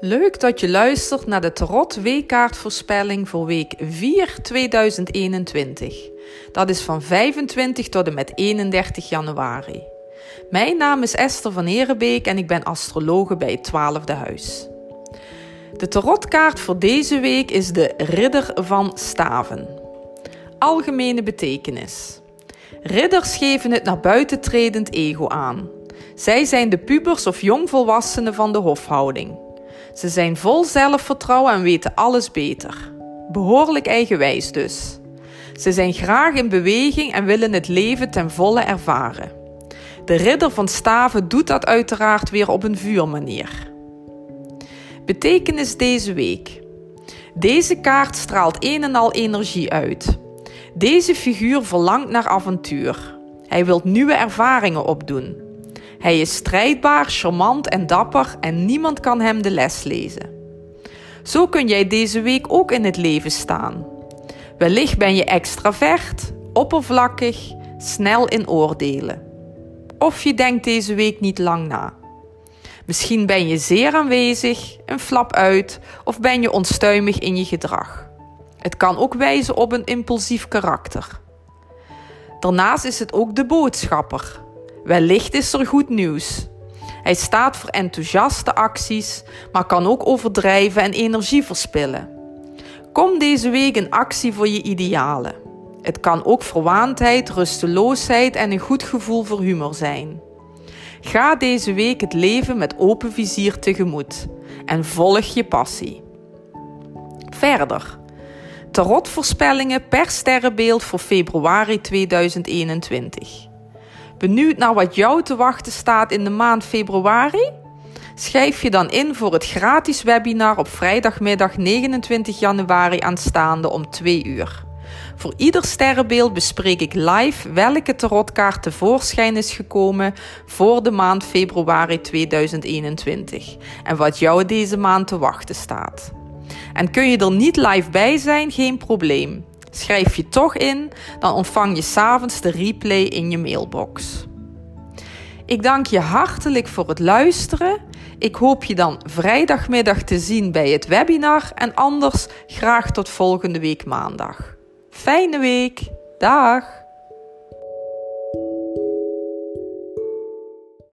Leuk dat je luistert naar de Tarot weekkaartvoorspelling voor week 4 2021. Dat is van 25 tot en met 31 januari. Mijn naam is Esther van Herenbeek en ik ben astrologe bij het 12e huis. De tarotkaart voor deze week is de Ridder van Staven. Algemene betekenis. Ridders geven het naar buiten tredend ego aan. Zij zijn de pubers of jongvolwassenen van de hofhouding. Ze zijn vol zelfvertrouwen en weten alles beter. Behoorlijk eigenwijs dus. Ze zijn graag in beweging en willen het leven ten volle ervaren. De Ridder van Staven doet dat uiteraard weer op een vuurmanier. Betekenis deze week. Deze kaart straalt een en al energie uit. Deze figuur verlangt naar avontuur. Hij wil nieuwe ervaringen opdoen. Hij is strijdbaar, charmant en dapper en niemand kan hem de les lezen. Zo kun jij deze week ook in het leven staan. Wellicht ben je extravert, oppervlakkig, snel in oordelen. Of je denkt deze week niet lang na. Misschien ben je zeer aanwezig, een flap uit of ben je onstuimig in je gedrag. Het kan ook wijzen op een impulsief karakter. Daarnaast is het ook de boodschapper. Wellicht is er goed nieuws. Hij staat voor enthousiaste acties, maar kan ook overdrijven en energie verspillen. Kom deze week in actie voor je idealen. Het kan ook verwaandheid, rusteloosheid en een goed gevoel voor humor zijn. Ga deze week het leven met open vizier tegemoet en volg je passie. Verder. Tarotvoorspellingen per sterrenbeeld voor februari 2021. Benieuwd naar wat jou te wachten staat in de maand februari? Schrijf je dan in voor het gratis webinar op vrijdagmiddag 29 januari aanstaande om 2 uur. Voor ieder sterrenbeeld bespreek ik live welke tarotkaart tevoorschijn is gekomen voor de maand februari 2021 en wat jou deze maand te wachten staat. En kun je er niet live bij zijn, geen probleem. Schrijf je toch in, dan ontvang je 's avonds de replay in je mailbox. Ik dank je hartelijk voor het luisteren. Ik hoop je dan vrijdagmiddag te zien bij het webinar en anders graag tot volgende week maandag. Fijne week. Dag.